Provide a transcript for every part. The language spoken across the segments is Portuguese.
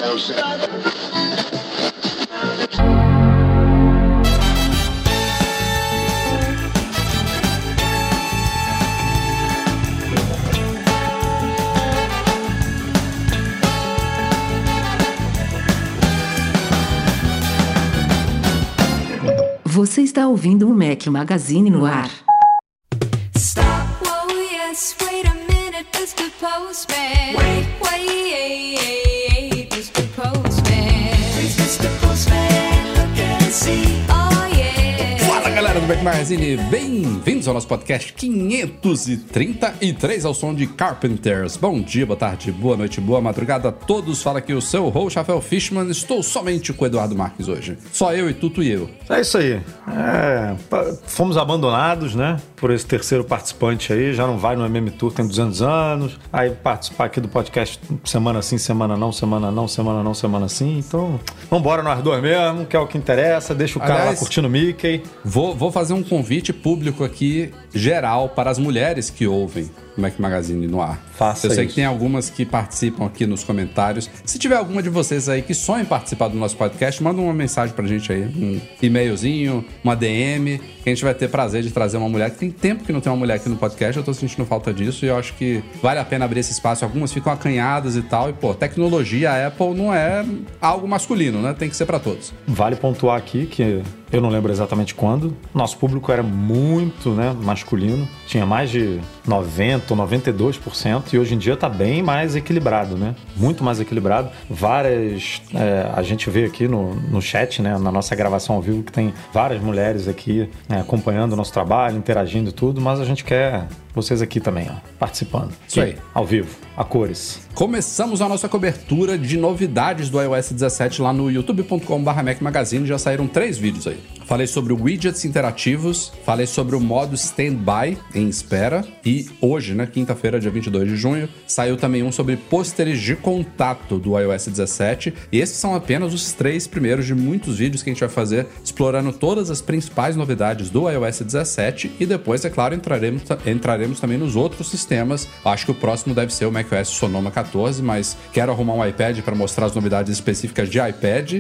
Você está ouvindo o Mac Magazine no ar. Stop, whoa, yes, wait a minute, Mr. Postman. Wait, Mr. Postman. Please, Mr. Postman, look and see. Oh, yeah. Fala, galera do Mac Magazine, bem-vindos ao nosso podcast 533 ao som de Carpenters. Bom dia, boa tarde, boa noite, boa madrugada a todos. Fala aqui o seu host, Rafael Fishman. Estou somente com o Eduardo Marques hoje. Só eu e Tuto e eu. É isso aí. Fomos abandonados, né? Por esse terceiro participante aí. Já não vai no MM Tour, tem 200 anos. Aí participar aqui do podcast semana sim, semana não, semana não, semana não, semana sim. Então, vambora nós dois mesmo, que é o que interessa. Deixa o cara lá curtindo o Mickey. Vou fazer um convite público aqui, geral, para as mulheres que ouvem o Mac Magazine no ar. Faça Eu sei isso. que tem algumas que participam aqui nos comentários. Se tiver alguma de vocês aí que sonha em participar do nosso podcast, manda uma mensagem pra gente aí, um e-mailzinho, uma DM, que a gente vai ter prazer de trazer uma mulher. Que tem tempo que não tem uma mulher aqui no podcast, eu tô sentindo falta disso e eu acho que vale a pena abrir esse espaço. Algumas ficam acanhadas e tal, e pô, tecnologia, a Apple não é algo masculino, né? Tem que ser pra todos. Vale pontuar aqui que eu não lembro exatamente quando. Nosso público era muito, né, masculino. Tinha mais de 90% ou 92%. E hoje em dia está bem mais equilibrado, né? Muito mais equilibrado. Várias... a gente vê aqui no chat, né, na nossa gravação ao vivo, que tem várias mulheres aqui acompanhando o nosso trabalho, interagindo e tudo. Mas a gente quer vocês aqui também, ó, participando. Isso aí. Ao vivo, a cores. Começamos a nossa cobertura de novidades do iOS 17 lá no youtube.com/Mac Magazine. Já saíram 3 vídeos aí. Falei sobre widgets interativos, falei sobre o modo Standby em espera e hoje, né, quinta-feira, dia 22 de junho, saiu também um sobre pôsteres de contato do iOS 17 e esses são apenas os 3 primeiros de muitos vídeos que a gente vai fazer explorando todas as principais novidades do iOS 17 e depois, é claro, entraremos também nos outros sistemas. Acho que o próximo deve ser o macOS Sonoma 14, mas quero arrumar um iPad para mostrar as novidades específicas de iPad.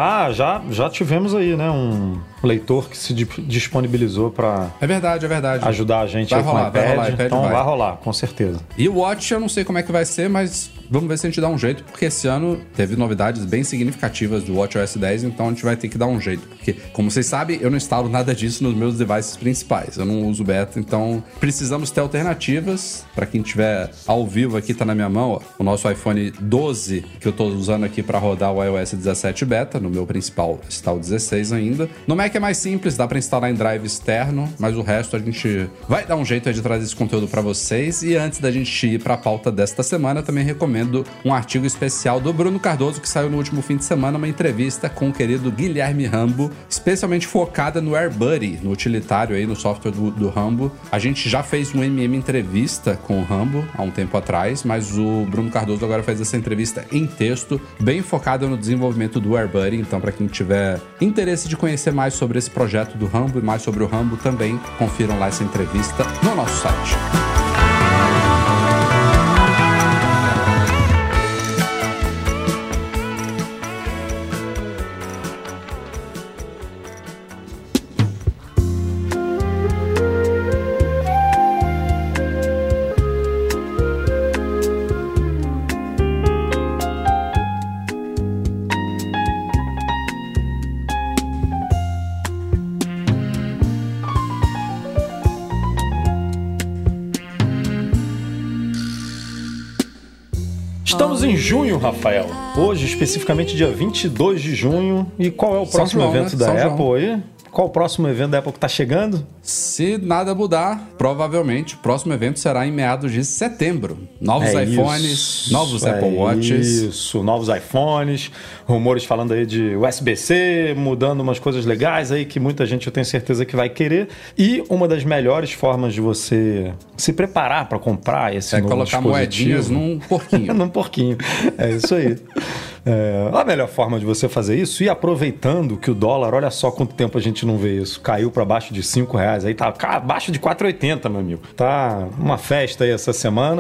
Já tivemos aí, né, um leitor que se disponibilizou para É verdade. ajudar a gente Vai aí rolar, com o iPad. vai rolar, iPad então vai. vai rolar, com certeza. E o Watch eu não sei como é que vai ser, mas vamos ver se a gente dá um jeito, porque esse ano teve novidades bem significativas do WatchOS 10, então a gente vai ter que dar um jeito, porque, como vocês sabem, eu não instalo nada disso nos meus devices principais, eu não uso beta, então precisamos ter alternativas. Para quem tiver ao vivo aqui, tá na minha mão, ó, o nosso iPhone 12, que eu tô usando aqui para rodar o iOS 17 beta, no meu principal está o 16 ainda. No Mac é mais simples, dá para instalar em drive externo, mas o resto a gente vai dar um jeito aí de trazer esse conteúdo para vocês. E antes da gente ir para a pauta desta semana, também recomendo um artigo especial do Bruno Cardoso, que saiu no último fim de semana, uma entrevista com o querido Guilherme Rambo, especialmente focada no AirBuddy, no utilitário aí, no software do Rambo. A gente já fez um entrevista com o Rambo há um tempo atrás, mas o Bruno Cardoso agora faz essa entrevista em texto, bem focada no desenvolvimento do AirBuddy. Então, para quem tiver interesse de conhecer mais sobre esse projeto do Rambo e mais sobre o Rambo, também confiram lá essa entrevista no nosso site. Estamos em junho, Rafael. Hoje, especificamente dia 22 de junho. E qual é o próximo evento da Apple aí? Qual o próximo evento da Apple que está chegando? Se nada mudar, provavelmente o próximo evento será em meados de setembro. Novos iPhones, novos Apple Watches. Isso, novos iPhones, rumores falando aí de USB-C, mudando umas coisas legais aí que muita gente, eu tenho certeza que vai querer. E uma das melhores formas de você se preparar para comprar esse novo colocar moedinhas num porquinho. Num porquinho, é isso aí. A melhor forma de você fazer isso, e aproveitando que o dólar, olha só quanto tempo a gente não vê isso, caiu para baixo de R$5, aí tá abaixo de 4,80, meu amigo. Tá uma festa aí essa semana.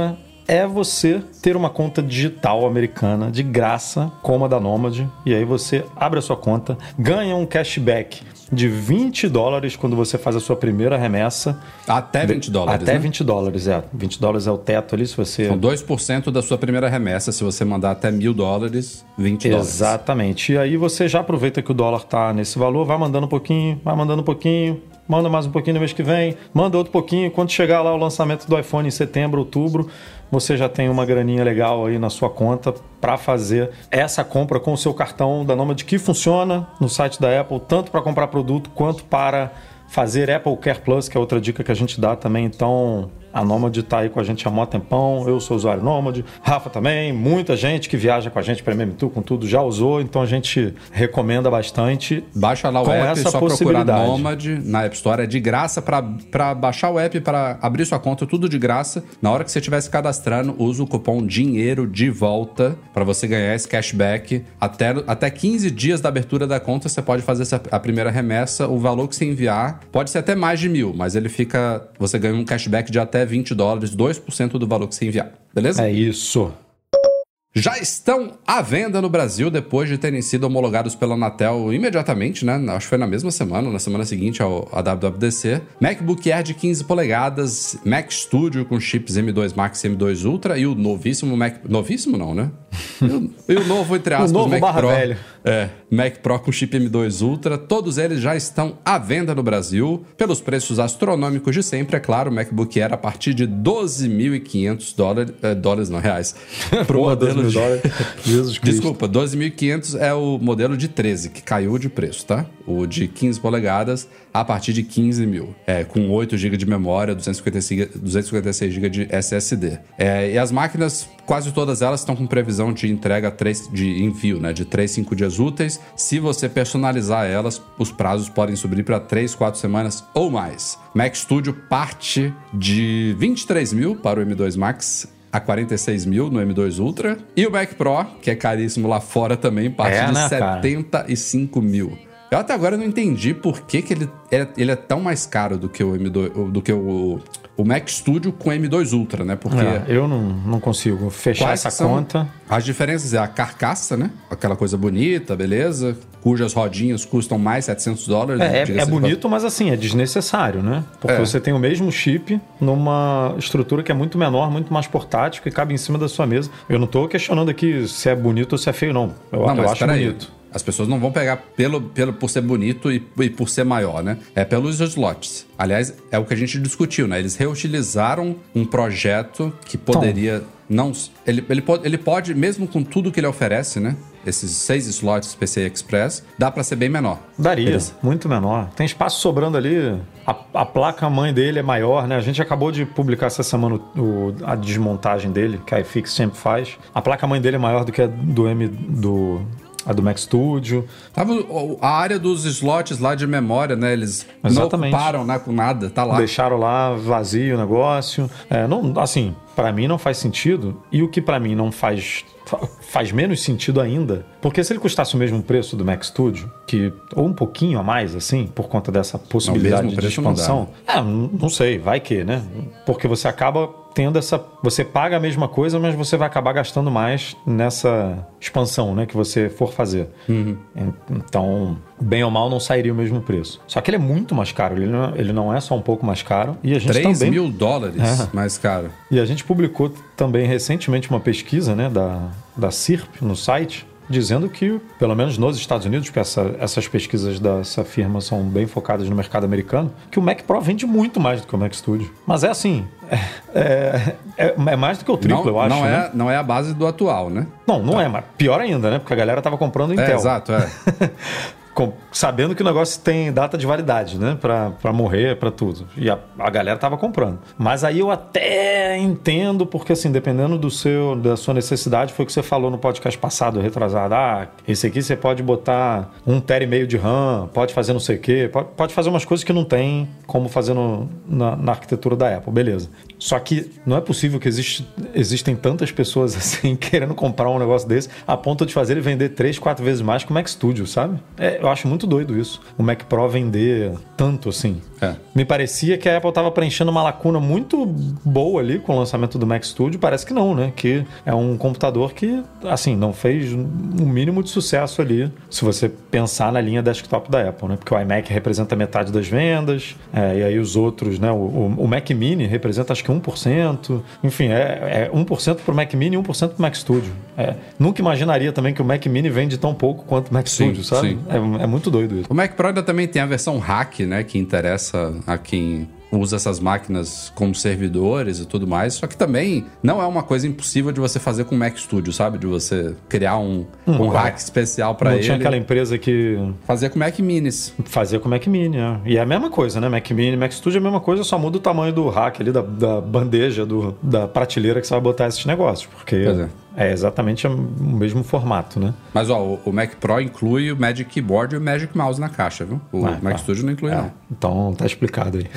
é você ter uma conta digital americana de graça, como a da Nomad, e aí você abre a sua conta, ganha um cashback de $20 quando você faz a sua primeira remessa. Até $20, Até né? $20, é. $20 é o teto ali, se você... São 2% da sua primeira remessa. Se você mandar até $1.000, $20. Exatamente. E aí você já aproveita que o dólar tá nesse valor, vai mandando um pouquinho, manda mais um pouquinho no mês que vem, manda outro pouquinho. Quando chegar lá o lançamento do iPhone em setembro, outubro, você já tem uma graninha legal aí na sua conta para fazer essa compra com o seu cartão da Nomad, que funciona no site da Apple, tanto para comprar produto quanto para fazer Apple Care Plus, que é outra dica que a gente dá também. Então, a Nomad está aí com a gente há mó tempão, eu sou usuário Nomad, Rafa também, muita gente que viaja com a gente para MM Tour, com tudo, já usou, então a gente recomenda bastante. Baixa lá o com app, essa só procurar possibilidade. Nomad na App Store, é de graça para baixar o app, para abrir sua conta, tudo de graça. Na hora que você estiver se cadastrando, usa o cupom dinheiro de volta para você ganhar esse cashback. Até 15 dias da abertura da conta, você pode fazer a primeira remessa, o valor que você enviar pode ser até mais de 1.000, mas você ganha um cashback de até $20, 2% do valor que você enviar, beleza? É isso. Já estão à venda no Brasil depois de terem sido homologados pela Anatel imediatamente, né? Acho que foi na mesma semana, na semana seguinte à WWDC. MacBook Air de 15 polegadas, Mac Studio com chips M2 Max e M2 Ultra e o novíssimo Mac... Novíssimo não, né? E o novo, entre aspas, O novo Mac barra Pro. velho. Mac Pro com chip M2 Ultra. Todos eles já estão à venda no Brasil pelos preços astronômicos de sempre, é claro. O MacBook Air a partir de $12.500, não, reais. Pro modelo de... Jesus Cristo. Desculpa, 12.500 é o modelo de 13, que caiu de preço, tá? O de 15 polegadas a partir de 15 mil. Com 8 GB de memória, 256 GB de SSD. E as máquinas, quase todas elas estão com previsão de entrega de envio, né? De 3, 5 dias úteis. Se você personalizar elas, os prazos podem subir para 3, 4 semanas ou mais. Mac Studio parte de 23 mil para o M2 Max a 46 mil no M2 Ultra. E o Mac Pro, que é caríssimo lá fora também, parte de 75 mil. Eu até agora não entendi por que ele é tão mais caro do que o M2, do que o Mac Studio com M2 Ultra, né? Porque eu não consigo fechar essa conta. As diferenças é a carcaça, né? Aquela coisa bonita, beleza? Cujas rodinhas custam mais $700. É bonito, mas assim, é desnecessário, né? Porque você tem o mesmo chip numa estrutura que é muito menor, muito mais portátil, que cabe em cima da sua mesa. Eu não tô questionando aqui se é bonito ou se é feio, não. Eu acho bonito. As pessoas não vão pegar por ser bonito e por ser maior, né? É pelos slots. Aliás, é o que a gente discutiu, né? Eles reutilizaram um projeto que poderia... Ele pode, mesmo com tudo que ele oferece, né? Esses 6 slots PCI Express, dá pra ser bem menor. Daria, muito menor. Tem espaço sobrando ali. A placa-mãe dele é maior, né? A gente acabou de publicar essa semana a desmontagem dele, que a iFix sempre faz. A placa-mãe dele é maior do que a do Mac Studio. A área dos slots lá de memória, né? Eles não ocuparam, né, com nada, tá lá. Deixaram lá vazio o negócio. Assim, pra mim não faz sentido. E o que pra mim não faz menos sentido ainda, porque se ele custasse o mesmo preço do Mac Studio, ou um pouquinho a mais, assim, por conta dessa possibilidade de expansão, não sei, vai que, né? Porque você acaba tendo você paga a mesma coisa, mas você vai acabar gastando mais nessa expansão, né, que você for fazer. Uhum. Então, bem ou mal, não sairia o mesmo preço. Só que ele é muito mais caro, ele não é só um pouco mais caro. E a gente $3 mil mais caro. E a gente publicou também recentemente uma pesquisa, né, da CIRP no site, dizendo que, pelo menos nos Estados Unidos, porque essas pesquisas dessa firma são bem focadas no mercado americano, que o Mac Pro vende muito mais do que o Mac Studio. Mas é assim, é mais do que o triplo, eu acho. Não é a base do atual, né? Não é, mas pior ainda, né? Porque a galera tava comprando Intel. Exato. Sabendo que o negócio tem data de validade, né? Pra morrer, pra tudo. E a galera tava comprando. Mas aí eu até entendo, porque assim, dependendo da sua necessidade, foi o que você falou no podcast passado, retrasado. Esse aqui você pode botar 1,5 TB de RAM, pode fazer não sei o quê, pode fazer umas coisas que não tem como fazer na arquitetura da Apple, beleza. Só que não é possível que existem tantas pessoas assim querendo comprar um negócio desse a ponto de fazer ele vender 3, 4 vezes mais que o Mac Studio, sabe? eu acho muito doido isso. O Mac Pro vender tanto assim. Me parecia que a Apple estava preenchendo uma lacuna muito boa ali com o lançamento do Mac Studio. Parece que não, né? Que é um computador que, assim, não fez um mínimo de sucesso ali, se você pensar na linha desktop da Apple, né? Porque o iMac representa metade das vendas, e aí os outros, né? O Mac Mini representa acho que 1%. Enfim, é 1% pro Mac Mini e 1% pro Mac Studio. Nunca imaginaria também que o Mac Mini vende tão pouco quanto o Mac Studio, sabe? Sim. É muito doido isso. O Mac Pro ainda também tem a versão hack, né? Que interessa a quem usa essas máquinas como servidores e tudo mais, só que também não é uma coisa impossível de você fazer com o Mac Studio, sabe? De você criar um hack especial para ele. Não tinha aquela empresa que... Fazia com Mac Minis. Fazia com Mac Mini, E é a mesma coisa, né? Mac Mini, Mac Studio é a mesma coisa, só muda o tamanho do hack ali, da bandeja, da prateleira que você vai botar esses negócios, porque... É exatamente o mesmo formato, né? Mas, ó, o Mac Pro inclui o Magic Keyboard e o Magic Mouse na caixa, viu? O Mac Studio não inclui, não. Então, tá explicado aí.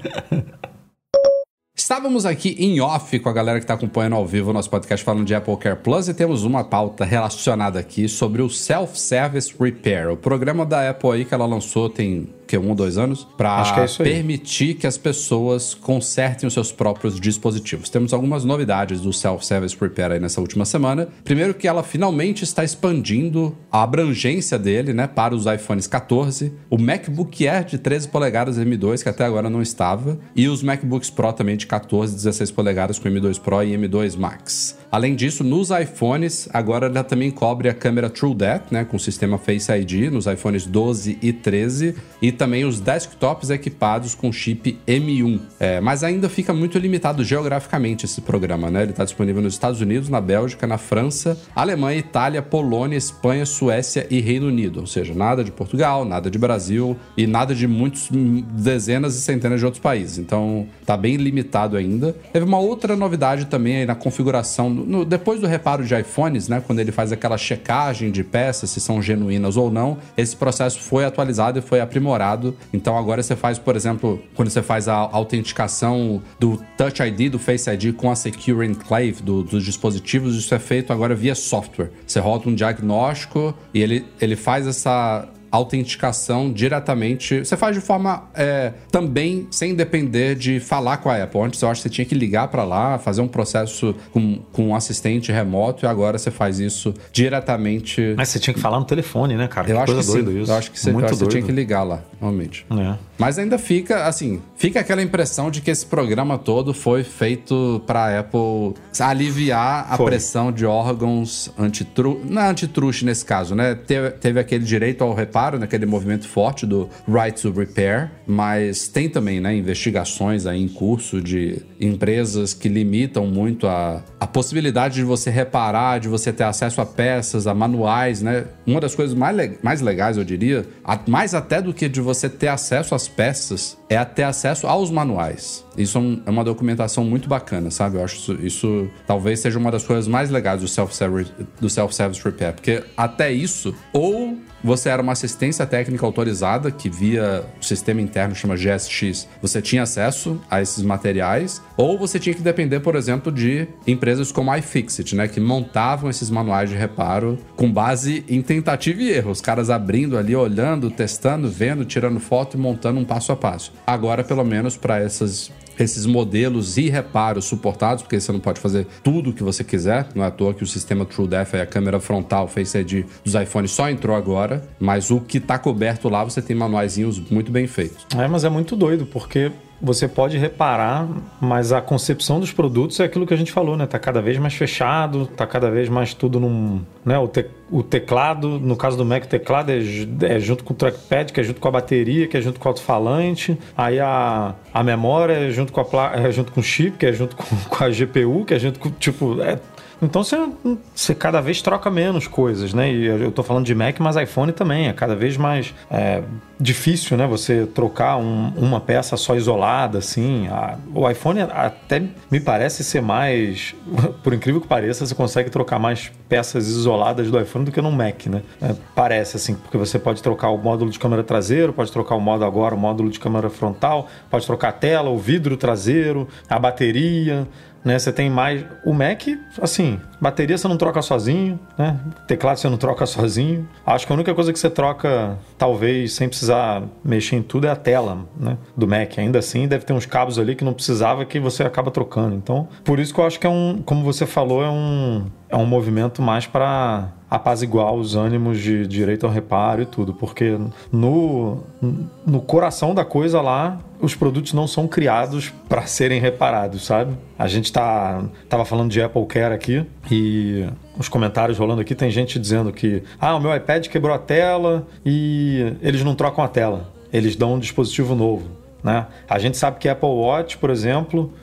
Estávamos aqui em off com a galera que está acompanhando ao vivo o nosso podcast falando de Apple Care Plus e temos uma pauta relacionada aqui sobre o Self-Service Repair, o programa da Apple aí que ela lançou tem 1 ou 2 anos, para permitir que as pessoas consertem os seus próprios dispositivos. Temos algumas novidades do Self-Service Repair aí nessa última semana. Primeiro que ela finalmente está expandindo a abrangência dele, né, para os iPhones 14, o MacBook Air de 13 polegadas M2, que até agora não estava, e os MacBooks Pro também de 14 e 16 polegadas com M2 Pro e M2 Max. Além disso, nos iPhones, agora ela também cobre a câmera TrueDepth, né, com o sistema Face ID, nos iPhones 12 e 13, e também os desktops equipados com chip M1. Mas ainda fica muito limitado geograficamente esse programa, né? Ele está disponível nos Estados Unidos, na Bélgica, na França, Alemanha, Itália, Polônia, Espanha, Suécia e Reino Unido. Ou seja, nada de Portugal, nada de Brasil e nada de muitos dezenas e centenas de outros países. Então, tá bem limitado ainda. Teve uma outra novidade também aí na configuração, depois do reparo de iPhones, né? Quando ele faz aquela checagem de peças, se são genuínas ou não, esse processo foi atualizado e foi aprimorado. Então agora você faz, por exemplo, quando você faz a autenticação do Touch ID, do Face ID com a Secure Enclave dos dispositivos, isso é feito agora via software. Você roda um diagnóstico e ele faz essa autenticação diretamente. Você faz de forma também sem depender de falar com a Apple. Antes eu acho que você tinha que ligar para lá, fazer um processo com um assistente remoto, e agora você faz isso diretamente. Mas você tinha que falar no telefone, né, cara? Eu acho que doido sim. Isso. Eu acho que você tinha que ligar lá, realmente. Mas ainda fica aquela impressão de que esse programa todo foi feito para a Apple aliviar a pressão de órgãos não é antitruste nesse caso, né? Teve aquele direito ao reparo, naquele movimento forte do Right to Repair, mas tem também, né, investigações aí em curso de empresas que limitam muito a possibilidade de você reparar, de você ter acesso a peças, a manuais, né? Uma das coisas mais legais, eu diria, mais até do que de você ter acesso às peças, é ter acesso aos manuais. Isso é uma documentação muito bacana, sabe? Eu acho isso talvez seja uma das coisas mais legais do Self-Service Repair, porque até isso, ou você era uma assistência técnica autorizada, que via o sistema interno, chama GSX, você tinha acesso a esses materiais, ou você tinha que depender, por exemplo, de empresas como a iFixit, né, que montavam esses manuais de reparo com base em tentativa e erro. Os caras abrindo ali, olhando, testando, vendo, tirando foto e montando um passo a passo. Agora, pelo menos para esses modelos e reparos suportados, porque você não pode fazer tudo o que você quiser, não é à toa que o sistema TrueDepth, a câmera frontal, Face ID dos iPhones só entrou agora, mas o que está coberto lá, você tem manuaizinhos muito bem feitos. Mas é muito doido, porque você pode reparar, mas a concepção dos produtos é aquilo que a gente falou, né? Tá cada vez mais fechado, tá cada vez mais tudo num... né? O teclado, no caso do Mac, o teclado é junto com o trackpad, que é junto com a bateria, que é junto com o alto-falante. Aí a memória é junto com o chip, que é junto com a GPU, que é junto com... Então você cada vez troca menos coisas, né? E eu tô falando de Mac, mas iPhone também. É cada vez mais difícil, né? Você trocar uma peça só isolada, assim. O iPhone até me parece ser mais... Por incrível que pareça, você consegue trocar mais peças isoladas do iPhone do que no Mac, né? Parece, assim, porque você pode trocar o módulo de câmera traseiro, pode trocar o módulo de câmera frontal, pode trocar a tela, o vidro traseiro, a bateria... né? Você tem mais... O Mac, assim, Bateria você não troca sozinho, né? Teclado você não troca sozinho. Acho que a única coisa que você troca, talvez, sem precisar mexer em tudo, é a tela, né? Do Mac. Ainda assim, deve ter uns cabos ali que não precisava que você acaba trocando. Então, por isso que eu acho que como você falou, é um movimento mais para apaziguar os ânimos de direito ao reparo e tudo, porque no coração da coisa lá, os produtos não são criados para serem reparados, sabe? A gente tava falando de Apple Care aqui e os comentários rolando aqui, tem gente dizendo que o meu iPad quebrou a tela e eles não trocam a tela, eles dão um dispositivo novo, né? A gente sabe que Apple Watch, por exemplo,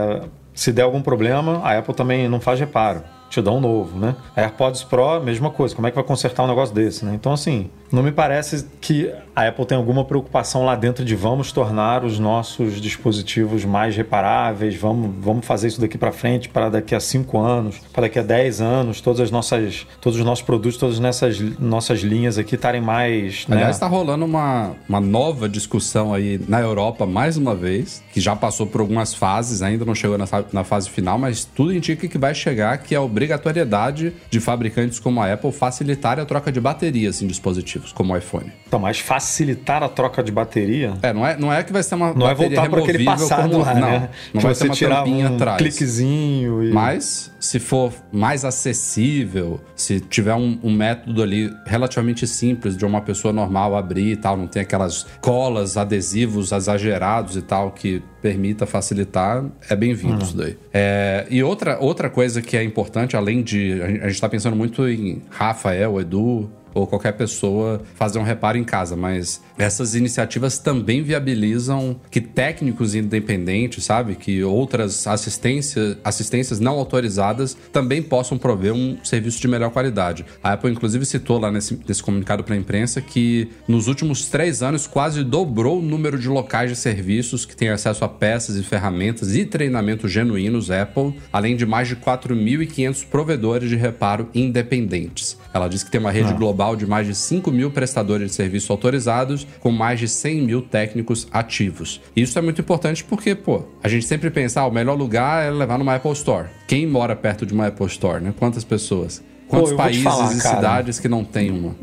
se der algum problema, a Apple também não faz reparo, te dá um novo, né? AirPods Pro, mesma coisa. Como é que vai consertar um negócio desse, né? Então, assim, não me parece que a Apple tem alguma preocupação lá dentro de vamos tornar os nossos dispositivos mais reparáveis, vamos fazer isso daqui para frente, para daqui a 5 anos, para daqui a 10 anos, todos os nossos produtos, todas nessas nossas linhas aqui estarem mais... Aliás, está rolando uma nova discussão aí na Europa, mais uma vez, que já passou por algumas fases, ainda não chegou na fase final, mas tudo indica que vai chegar, que é a obrigatoriedade de fabricantes como a Apple facilitar a troca de baterias em dispositivos, como o iPhone. Então, mas facilitar a troca de bateria... Não é que vai ser uma não bateria voltar para aquele passado como... lá, né? Não que vai você ter uma tirar tampinha um atrás. cliquezinho e... Mas, se for mais acessível, se tiver um método ali relativamente simples de uma pessoa normal abrir e tal, não tem aquelas colas, adesivos exagerados e tal, que permita facilitar, é bem-vindo isso daí. E outra coisa que é importante, além de... A gente tá pensando muito em Rafael, Edu ou qualquer pessoa fazer um reparo em casa, mas essas iniciativas também viabilizam que técnicos independentes, sabe, que outras assistências não autorizadas também possam prover um serviço de melhor qualidade. A Apple, inclusive, citou lá nesse comunicado para a imprensa que nos últimos 3 anos quase dobrou o número de locais de serviços que têm acesso a peças e ferramentas e treinamento genuínos Apple, além de mais de 4.500 provedores de reparo independentes. Ela diz que tem uma rede global de mais de 5.000 prestadores de serviço autorizados, com mais de 100.000 técnicos ativos. Isso é muito importante porque, a gente sempre pensa, o melhor lugar é levar numa Apple Store. Quem mora perto de uma Apple Store, né? Quantas pessoas? Quantos países e cidades que não tem uma?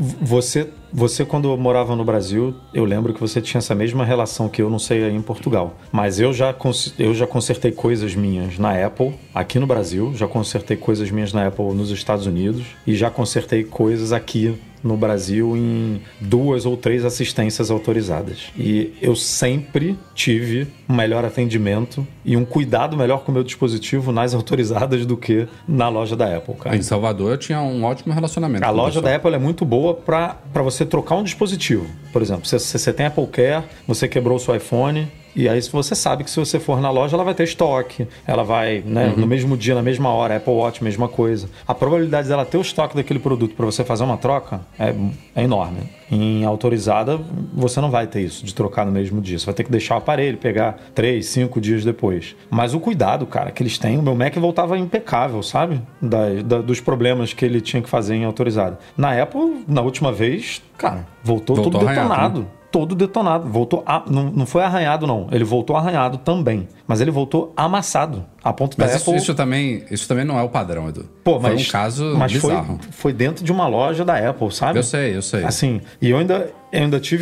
Você, quando morava no Brasil, eu lembro que você tinha essa mesma relação que eu, não sei aí em Portugal. Mas eu já consertei coisas minhas na Apple, aqui no Brasil. Já consertei coisas minhas na Apple nos Estados Unidos. E já consertei coisas aqui no Brasil em 2 ou 3 assistências autorizadas. E eu sempre tive um melhor atendimento e um cuidado melhor com o meu dispositivo nas autorizadas do que na loja da Apple, cara. Em Salvador eu tinha um ótimo relacionamento. A loja da Apple é muito boa para você trocar um dispositivo. Por exemplo, você tem Apple Care, você quebrou o seu iPhone... E aí você sabe que se você for na loja, ela vai ter estoque. Ela vai, né, no mesmo dia, na mesma hora. Apple Watch, mesma coisa. A probabilidade dela ter o estoque daquele produto para você fazer uma troca é enorme. Em autorizada, você não vai ter isso, de trocar no mesmo dia. Você vai ter que deixar o aparelho, pegar 3, 5 dias depois. Mas o cuidado, cara, que eles têm... O meu Mac voltava impecável, sabe? Dos problemas que ele tinha que fazer em autorizada. Na Apple, na última vez, cara, voltou tudo detonado. Todo detonado. Voltou não foi arranhado, não. Ele voltou arranhado também. Mas ele voltou amassado. A ponto da Apple... Isso também não é o padrão, Edu. Foi um caso bizarro. Foi dentro de uma loja da Apple, sabe? Eu sei. Assim, e eu ainda tive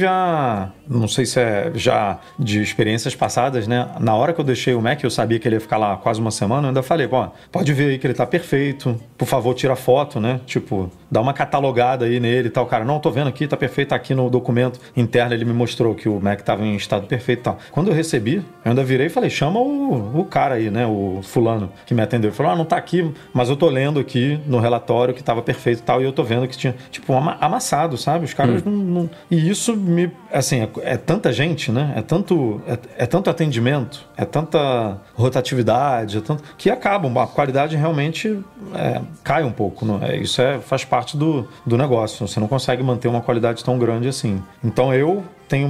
não sei se é já de experiências passadas, né? Na hora que eu deixei o Mac, eu sabia que ele ia ficar lá quase uma semana, eu ainda falei, pode ver aí que ele tá perfeito. Por favor, tira foto, né? Tipo, dá uma catalogada aí nele e tal. Cara, não, tô vendo aqui, tá perfeito. Tá aqui no documento interno, ele me mostrou que o Mac tava em estado perfeito e tal. Quando eu recebi, eu ainda virei e falei, chama o cara aí, né? O fulano que me atendeu. Ele falou, não tá aqui, mas eu tô lendo aqui no relatório que tava perfeito e tal, e eu tô vendo que tinha, tipo, amassado, sabe? Os caras não... E isso me... Assim, é tanta gente, né? É tanto atendimento, é tanta rotatividade, que acabam. A qualidade realmente cai um pouco. Isso faz parte do negócio. Você não consegue manter uma qualidade tão grande assim. Então eu tenho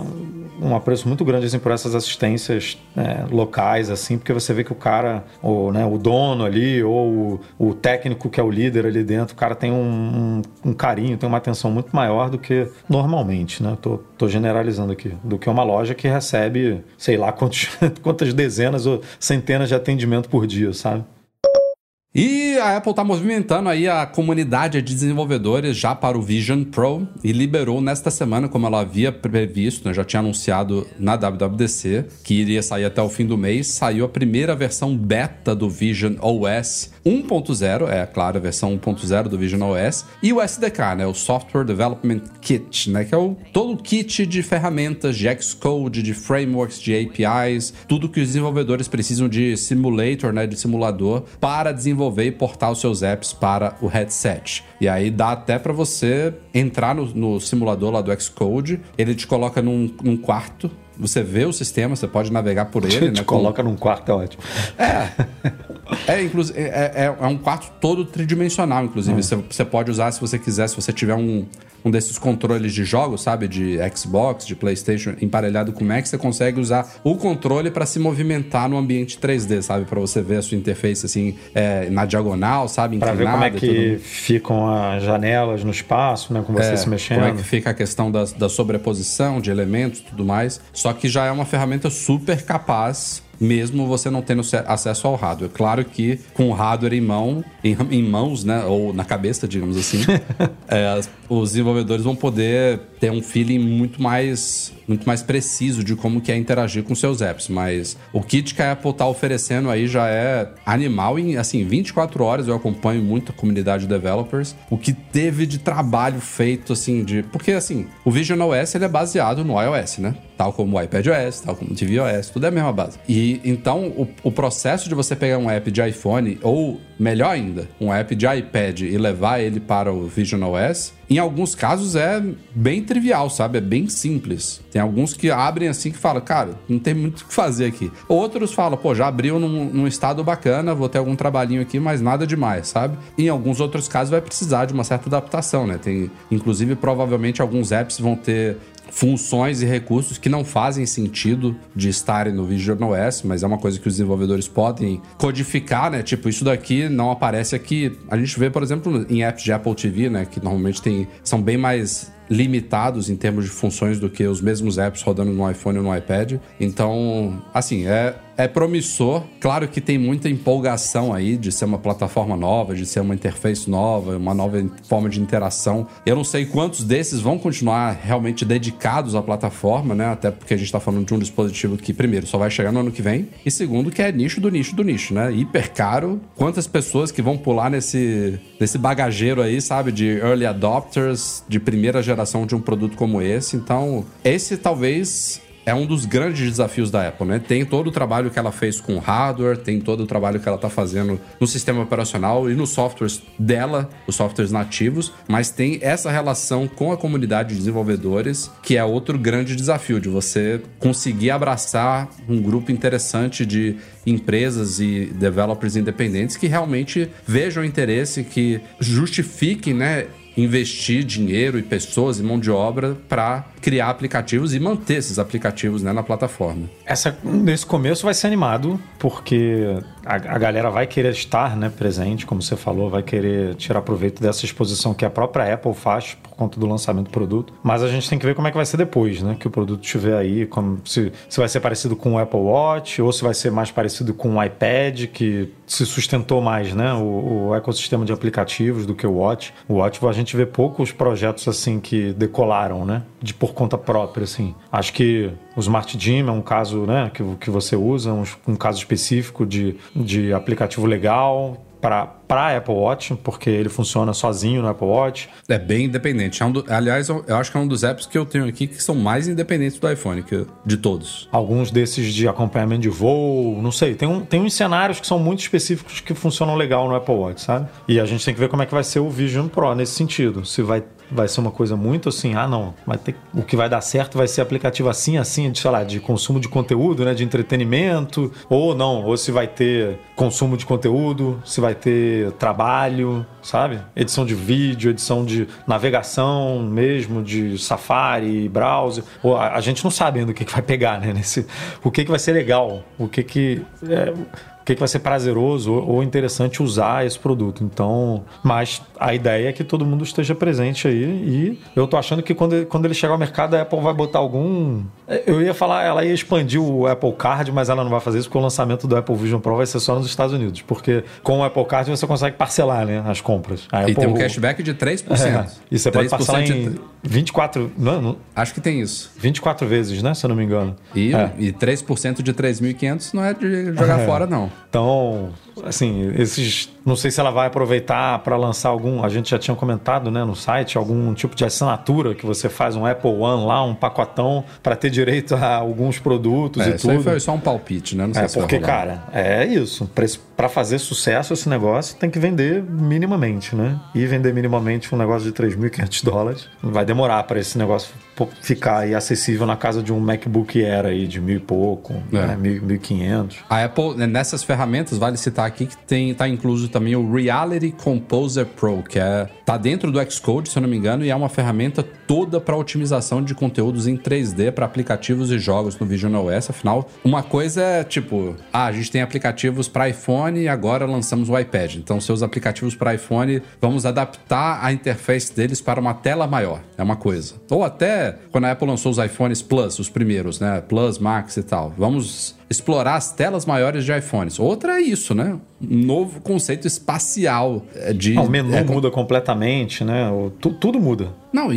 um apreço muito grande assim, por essas assistências locais, assim, porque você vê que o cara, o dono ali, ou o técnico que é o líder ali dentro, o cara tem um carinho, tem uma atenção muito maior do que normalmente, né? Tô generalizando aqui, do que uma loja que recebe, sei lá, quantas dezenas ou centenas de atendimento por dia, sabe? E a Apple está movimentando aí a comunidade de desenvolvedores já para o Vision Pro e liberou nesta semana, como ela havia previsto, né, já tinha anunciado na WWDC, que iria sair até o fim do mês, saiu a primeira versão beta do Vision OS 1.0, claro, a versão 1.0 do Vision OS, e o SDK, né, o Software Development Kit, né, que é todo o kit de ferramentas, de Xcode, de frameworks, de APIs, tudo que os desenvolvedores precisam de simulator, né, de simulador, para desenvolver e portar os seus apps para o headset. E aí dá até para você entrar no simulador lá do Xcode, ele te coloca num quarto, você vê o sistema, você pode navegar por ele. Te coloca num quarto, é ótimo. É um quarto todo tridimensional, inclusive. Você pode usar se você quiser, se você tiver um desses controles de jogos, sabe? De Xbox, de PlayStation, emparelhado com Mac, você consegue usar o controle para se movimentar no ambiente 3D, sabe? Para você ver a sua interface, assim, na diagonal, sabe? Inclinada. Para ver como é que ficam as janelas no espaço, né? Com você se mexendo. Como é que fica a questão da sobreposição de elementos e tudo mais. Só que já é uma ferramenta super capaz, mesmo você não tendo acesso ao hardware. Claro que com o hardware em mãos, né, ou na cabeça, digamos assim, os desenvolvedores vão poder ter um feeling muito mais preciso de como que é interagir com seus apps. Mas o kit que a Apple está oferecendo aí já é animal. Em, assim, 24 horas eu acompanho muito a comunidade de developers. O que teve de trabalho feito, assim, porque, assim, o Vision OS, ele é baseado no iOS, né? Tal como o iPadOS, tal como o tvOS, tudo é a mesma base. E então o processo de você pegar um app de iPhone, ou melhor ainda, um app de iPad e levar ele para o Vision OS, em alguns casos é bem trivial, sabe? É bem simples. Tem alguns que abrem assim que falam, cara, não tem muito o que fazer aqui. Outros falam, pô, já abriu num estado bacana, vou ter algum trabalhinho aqui, mas nada demais, sabe? Em alguns outros casos vai precisar de uma certa adaptação, né? Tem, inclusive, provavelmente alguns apps vão ter funções e recursos que não fazem sentido de estarem no Vision OS, mas é uma coisa que os desenvolvedores podem codificar, né? Tipo, isso daqui não aparece aqui. A gente vê, por exemplo, em apps de Apple TV, né? Que normalmente são bem mais limitados em termos de funções do que os mesmos apps rodando no iPhone ou no iPad. Então, assim, é promissor. Claro que tem muita empolgação aí de ser uma plataforma nova, de ser uma interface nova, uma nova forma de interação. Eu não sei quantos desses vão continuar realmente dedicados à plataforma, né? Até porque a gente tá falando de um dispositivo que, primeiro, só vai chegar no ano que vem, e segundo, que é nicho do nicho do nicho, né? Hiper caro. Quantas pessoas que vão pular nesse bagageiro aí, sabe? De early adopters, de primeira geração de um produto como esse. Então, esse talvez é um dos grandes desafios da Apple, né? Tem todo o trabalho que ela fez com hardware, tem todo o trabalho que ela tá fazendo no sistema operacional e nos softwares dela, os softwares nativos, mas tem essa relação com a comunidade de desenvolvedores, que é outro grande desafio, de você conseguir abraçar um grupo interessante de empresas e developers independentes que realmente vejam interesse, que justifiquem, né, investir dinheiro e pessoas e mão de obra para criar aplicativos e manter esses aplicativos, né, na plataforma. Nesse começo vai ser animado, porque a galera vai querer estar, né, presente, como você falou, vai querer tirar proveito dessa exposição que a própria Apple faz por conta do lançamento do produto. Mas a gente tem que ver como é que vai ser depois, né, que o produto estiver aí, como se vai ser parecido com o Apple Watch ou se vai ser mais parecido com o iPad, que se sustentou mais, né, o ecossistema de aplicativos do que o Watch. O Watch a gente vê poucos projetos assim que decolaram, né, por conta própria, assim. Acho que o Smart Gym é um caso, né, que você usa, um caso específico de aplicativo legal para a Apple Watch, porque ele funciona sozinho no Apple Watch. É bem independente. Aliás, eu acho que é um dos apps que eu tenho aqui que são mais independentes do iPhone, de todos. Alguns desses de acompanhamento de voo, não sei. Tem uns cenários que são muito específicos que funcionam legal no Apple Watch, sabe? E a gente tem que ver como é que vai ser o Vision Pro nesse sentido. Se vai ser uma coisa muito assim, não, o que vai dar certo vai ser aplicativo assim, sei lá, de consumo de conteúdo, né, de entretenimento, ou não, ou se vai ter consumo de conteúdo, se vai ter trabalho, sabe? Edição de vídeo, edição de navegação mesmo, de Safari, browser. A gente não sabe ainda o que vai pegar, né, o que vai ser legal, o que que vai ser prazeroso ou interessante usar esse produto. Então, mas a ideia é que todo mundo esteja presente aí, e eu tô achando que quando ele chegar ao mercado, a Apple vai botar algum... Eu ia falar, ela ia expandir o Apple Card, mas ela não vai fazer isso, porque o lançamento do Apple Vision Pro vai ser só nos Estados Unidos, porque com o Apple Card você consegue parcelar, né, as compras. E tem um cashback de 3%. E você pode parcelar em 24... Não, acho que tem isso. 24 vezes, né, se eu não me engano. E 3% de 3.500 não é de jogar fora, não. Então, assim, não sei se ela vai aproveitar para lançar algum... A gente já tinha comentado, né, no site, algum tipo de assinatura que você faz um Apple One lá, um pacotão, para ter direito a alguns produtos e isso tudo. Aí foi só um palpite, né? Não sei se porque, vai rolar. cara, é isso. Para fazer sucesso esse negócio, tem que vender minimamente, né? E vender minimamente um negócio de $3.500 vai demorar para esse negócio ficar aí acessível na casa de um MacBook Air aí de 1.000 e pouco, né? 1.500. A Apple, nessas ferramentas, vale citar aqui que tá incluso também o Reality Composer Pro, que tá dentro do Xcode, se eu não me engano, e é uma ferramenta toda para otimização de conteúdos em 3D para aplicativos e jogos no Vision OS. Afinal, uma coisa é tipo, a gente tem aplicativos para iPhone e agora lançamos o iPad. Então, seus aplicativos para iPhone, vamos adaptar a interface deles para uma tela maior. É uma coisa. Ou até quando a Apple lançou os iPhones Plus, os primeiros, né? Plus, Max e tal. Vamos explorar as telas maiores de iPhones. Outra é isso, né? Um novo conceito espacial de... O menu muda completamente, né? Tudo muda. Não,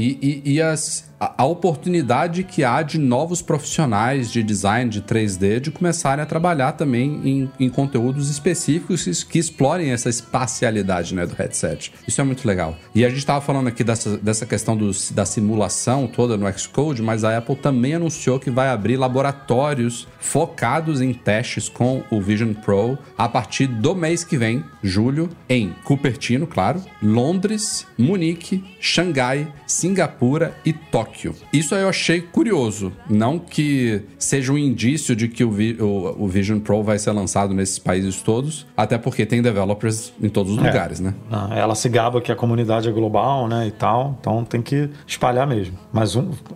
a oportunidade que há de novos profissionais de design de 3D de começarem a trabalhar também em conteúdos específicos que explorem essa espacialidade, né, do headset. Isso é muito legal. E a gente estava falando aqui dessa questão da simulação toda no Xcode, mas a Apple também anunciou que vai abrir laboratórios focados em testes com o Vision Pro a partir do mês que vem, julho, em Cupertino, claro, Londres, Munique, Xangai, Singapura e Tóquio. Isso aí eu achei curioso. Não que seja um indício de que o Vision Pro vai ser lançado nesses países todos, até porque tem developers em todos os lugares, né? Ela se gaba que a comunidade é global, né, e tal, então tem que espalhar mesmo. Mas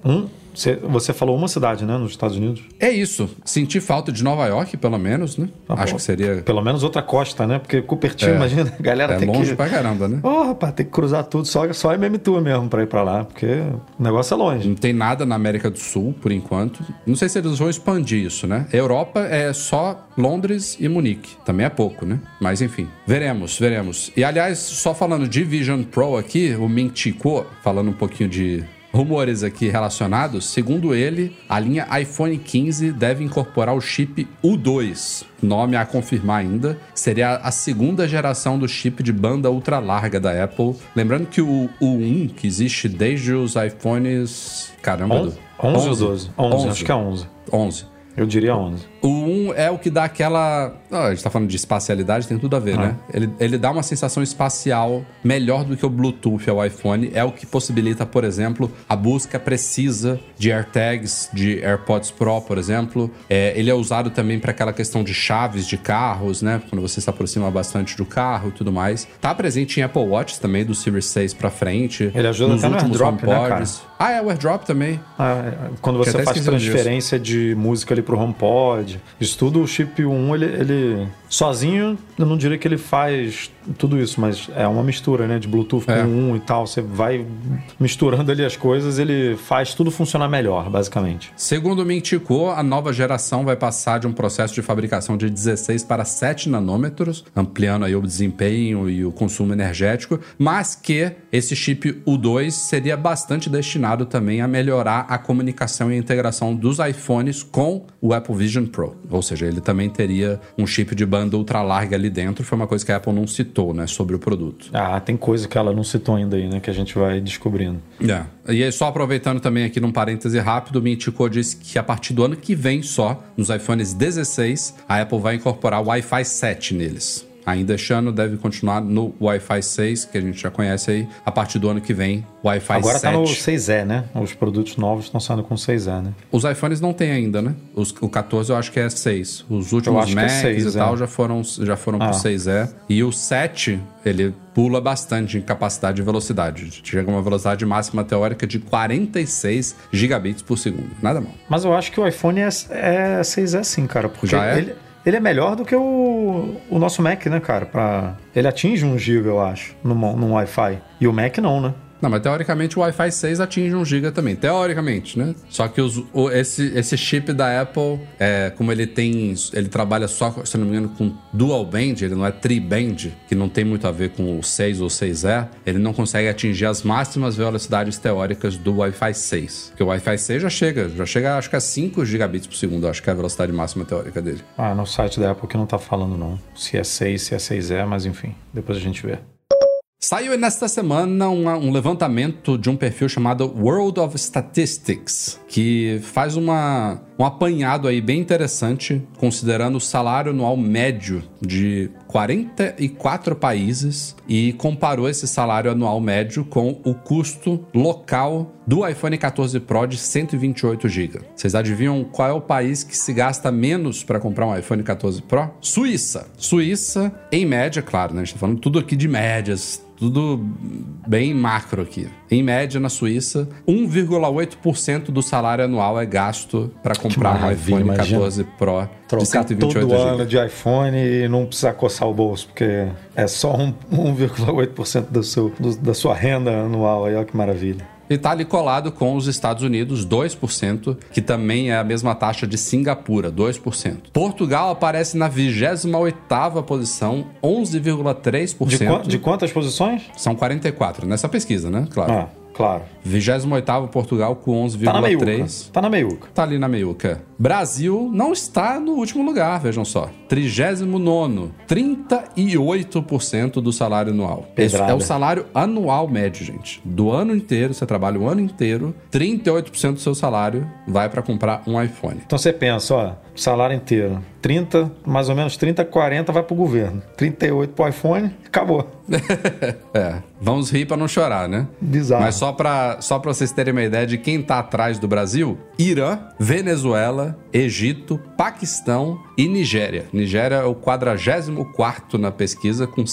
você falou uma cidade, né, nos Estados Unidos? É isso. Senti falta de Nova York, pelo menos, né? Acho que seria... Pelo menos outra costa, né? Porque Cupertino, imagina, a galera tem que... É longe pra caramba, né? Rapaz, tem que cruzar tudo, só MM Tour mesmo pra ir pra lá, porque o negócio é longe. Não tem nada na América do Sul, por enquanto. Não sei se eles vão expandir isso, né? Europa é só Londres e Munique. Também é pouco, né? Mas, enfim. Veremos. E, aliás, só falando de Vision Pro aqui, o Ming Chi Kuo, falando um pouquinho de... rumores aqui relacionados, segundo ele, a linha iPhone 15 deve incorporar o chip U2, nome a confirmar ainda, seria a segunda geração do chip de banda ultra larga da Apple. Lembrando que o U1, que existe desde os iPhones... Caramba, 11 ou 12? 11, acho que é 11. 11. Eu diria 11. O 1 é o que dá aquela... a gente tá falando de espacialidade, tem tudo a ver, né? Ele dá uma sensação espacial melhor do que o Bluetooth ao iPhone. É o que possibilita, por exemplo, a busca precisa de AirTags, de AirPods Pro, por exemplo. Ele é usado também para aquela questão de chaves de carros, né? Quando você se aproxima bastante do carro e tudo mais. Tá presente em Apple Watch também, do Series 6 pra frente. Ele ajuda até no AirDrop, né, cara? O AirDrop também. Quando você faz transferência de música ali pro HomePod, isso tudo, o chip 1, ele sozinho, eu não diria que ele faz tudo isso, mas é uma mistura, né, de Bluetooth com 1 e tal, você vai misturando ali as coisas, ele faz tudo funcionar melhor, basicamente. Segundo o Ming Chi Kuo, a nova geração vai passar de um processo de fabricação de 16 para 7 nanômetros, ampliando aí o desempenho e o consumo energético, mas que esse chip U2 seria bastante destinado também a melhorar a comunicação e a integração dos iPhones com o Apple Vision Pro, ou seja, ele também teria um chip de banda ultra larga ali dentro. Foi uma coisa que a Apple não citou, né, sobre o produto. Tem coisa que ela não citou ainda aí, né, que a gente vai descobrindo. E aí, só aproveitando também aqui num parêntese rápido, o Ming Chi Kuo disse que a partir do ano que vem só, nos iPhones 16, a Apple vai incorporar o Wi-Fi 7 neles. Ainda este ano deve continuar no Wi-Fi 6, que a gente já conhece aí. A partir do ano que vem, Wi-Fi 7. Agora tá no 6E, né? Os produtos novos estão saindo com 6E, né? Os iPhones não tem ainda, né? O 14 eu acho que é 6. Os últimos Macs 6, e tal já foram pro 6E. E o 7, ele pula bastante em capacidade e velocidade. Chega a uma velocidade máxima teórica de 46 gigabits por segundo. Nada mal. Mas eu acho que o iPhone é 6E sim, cara. Porque já é? ele é melhor do que o nosso Mac, né, cara? Ele atinge 1 GB, eu acho, no Wi-Fi. E o Mac não, né? Não, mas teoricamente o Wi-Fi 6 atinge 1 GB também. Teoricamente, né? Só que esse chip da Apple, como ele trabalha só, se não me engano, com dual band, ele não é tri-band, que não tem muito a ver com o 6 ou 6E, ele não consegue atingir as máximas velocidades teóricas do Wi-Fi 6. Porque o Wi-Fi 6 já chega acho que a 5 gigabits por segundo, acho que é a velocidade máxima teórica dele. No site da Apple que não tá falando não, se é 6, se é 6E, mas enfim, depois a gente vê. Saiu nesta semana um levantamento de um perfil chamado World of Statistics, que faz um apanhado aí bem interessante, considerando o salário anual médio de 44 países e comparou esse salário anual médio com o custo local do iPhone 14 Pro de 128 GB. Vocês adivinham qual é o país que se gasta menos para comprar um iPhone 14 Pro? Suíça. Suíça, em média, claro, né? A gente tá falando tudo aqui de médias, tudo bem macro aqui. Em média, na Suíça, 1,8% do salário anual é gasto para comprar um iPhone 14 Pro de 128 GB. Todo ano de iPhone e não precisar coçar o bolso, porque é só 1,8% da sua renda anual. Aí, olha que maravilha. E está ali colado com os Estados Unidos, 2%, que também é a mesma taxa de Singapura, 2%. Portugal aparece na 28ª posição, 11,3%. De quantas posições? São 44, nessa pesquisa, né? Claro. Claro. 28º Portugal com 11,3%. Tá na meiuca. Tá ali na meiuca. Brasil não está no último lugar, vejam só. 39º, 38% do salário anual. Esse é o salário anual médio, gente. Do ano inteiro, você trabalha o ano inteiro, 38% do seu salário vai para comprar um iPhone. Então você pensa, salário inteiro, 30, mais ou menos 30, 40 vai pro governo. 38 pro iPhone, acabou. Vamos rir para não chorar, né? Bizarro. Mas só para vocês terem uma ideia de quem tá atrás do Brasil, Irã, Venezuela, Egito, Paquistão e Nigéria. Nigéria é o 44º na pesquisa, com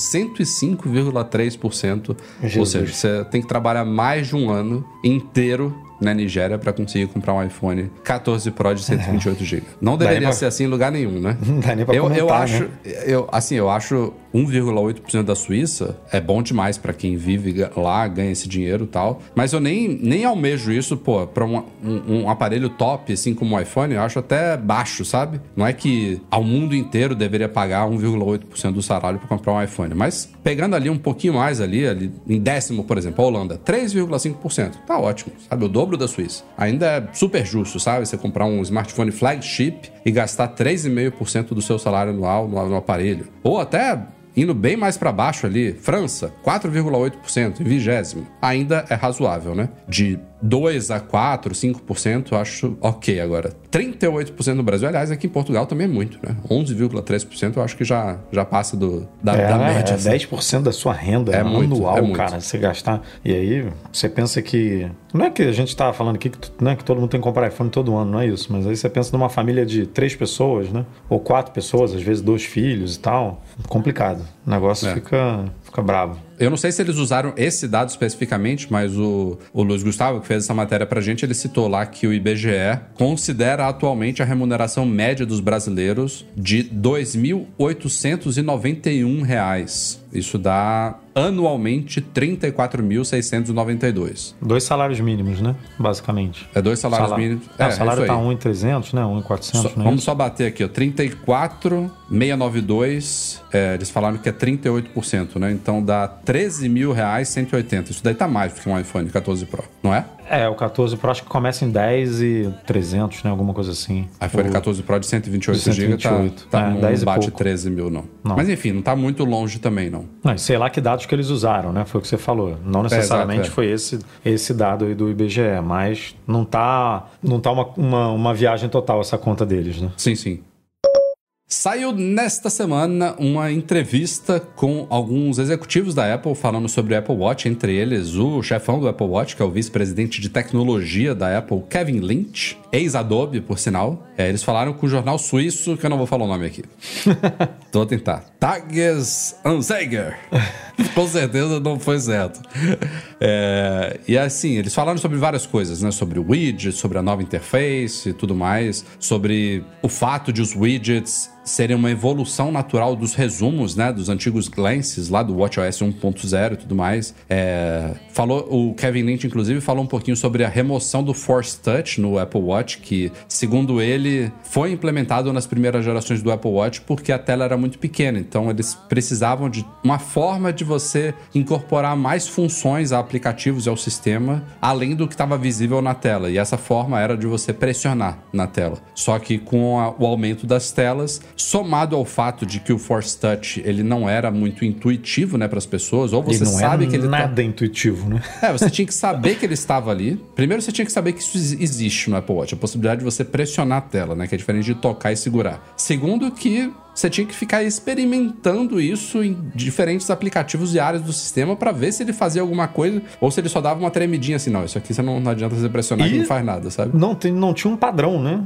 105,3%. Ou seja, você tem que trabalhar mais de um ano inteiro na Nigéria para conseguir comprar um iPhone 14 Pro de 128 GB. Não deveria ser assim em lugar nenhum, né? Não dá nem pra comentar, eu acho, né? eu acho 1,8% da Suíça é bom demais para quem vive lá, ganha esse dinheiro e tal. Mas eu nem almejo isso, para um aparelho top, assim como o iPhone, eu acho até baixo, sabe? Não é que ao mundo inteiro deveria pagar 1,8% do salário para comprar um iPhone. Mas pegando ali um pouquinho mais ali em décimo, por exemplo, a Holanda, 3,5%. Tá ótimo, sabe? O dobro da Suíça. Ainda é super justo, sabe? Você comprar um smartphone flagship e gastar 3,5% do seu salário anual no aparelho. Ou até indo bem mais para baixo ali, França, 4,8%, em 20º. Ainda é razoável, né? De 2 a 4, 5%, eu acho ok agora. 38% no Brasil, aliás, aqui em Portugal também é muito, né? 11,3% eu acho que já passa da média. É 10% da sua renda anual, muito. Cara, você gastar. E aí, você pensa que... Não é que a gente tá falando aqui que todo mundo tem que comprar iPhone todo ano, não é isso. Mas aí você pensa numa família de 3 pessoas, né? Ou 4 pessoas, às vezes 2 filhos e tal. Complicado. O negócio fica bravo. Eu não sei se eles usaram esse dado especificamente, mas o Luiz Gustavo, que fez essa matéria pra gente, ele citou lá que o IBGE considera atualmente a remuneração média dos brasileiros de R$ 2.891. Isso dá anualmente 34.692. 2 salários mínimos, né? Basicamente. É 2 salários mínimos. O salário tá 1.300, né? 1.400, né? Vamos só bater aqui, ó. 34.692. Eles falaram que é 38%, né? Então dá R$13.180. Isso daí tá mais do que um iPhone 14 Pro, não é? O 14 Pro acho que começa em 10.300, né? Alguma coisa assim. iPhone 14 Pro de 128 GB não 10 bate 13 mil, não. Mas enfim, não tá muito longe também, não. Sei lá que dados que eles usaram, né? Foi o que você falou. Não necessariamente foi esse dado aí do IBGE, mas não tá uma viagem total essa conta deles, né? Sim. Saiu nesta semana uma entrevista com alguns executivos da Apple falando sobre o Apple Watch, entre eles o chefão do Apple Watch, que é o vice-presidente de tecnologia da Apple, Kevin Lynch, ex-Adobe, por sinal. Eles falaram com o jornal suíço, que eu não vou falar o nome aqui. Vou tentar. Tagesanzeiger. Com certeza não foi certo. E assim, eles falaram sobre várias coisas, né? Sobre o widget, sobre a nova interface e tudo mais. Sobre o fato de os widgets serem uma evolução natural dos resumos, né? Dos antigos glances lá do WatchOS 1.0 e tudo mais. O Kevin Lynch, inclusive, falou um pouquinho sobre a remoção do Force Touch no Apple Watch, que, segundo ele, foi implementado nas primeiras gerações do Apple Watch porque a tela era muito pequena. Então, eles precisavam de uma forma de você incorporar mais funções a aplicativos e ao sistema, além do que estava visível na tela. E essa forma era de você pressionar na tela. Só que com o aumento das telas, somado ao fato de que o Force Touch ele não era muito intuitivo, né, para as pessoas, ou você sabe que ele nada intuitivo, né? Você tinha que saber que ele estava ali. Primeiro, você tinha que saber que isso existe no Apple Watch, a possibilidade de você pressionar a tela, né, que é diferente de tocar e segurar. Segundo, que você tinha que ficar experimentando isso em diferentes aplicativos e áreas do sistema para ver se ele fazia alguma coisa ou se ele só dava uma tremidinha assim. Não, isso aqui não adianta você pressionar que não faz nada, sabe? Não tinha um padrão, né?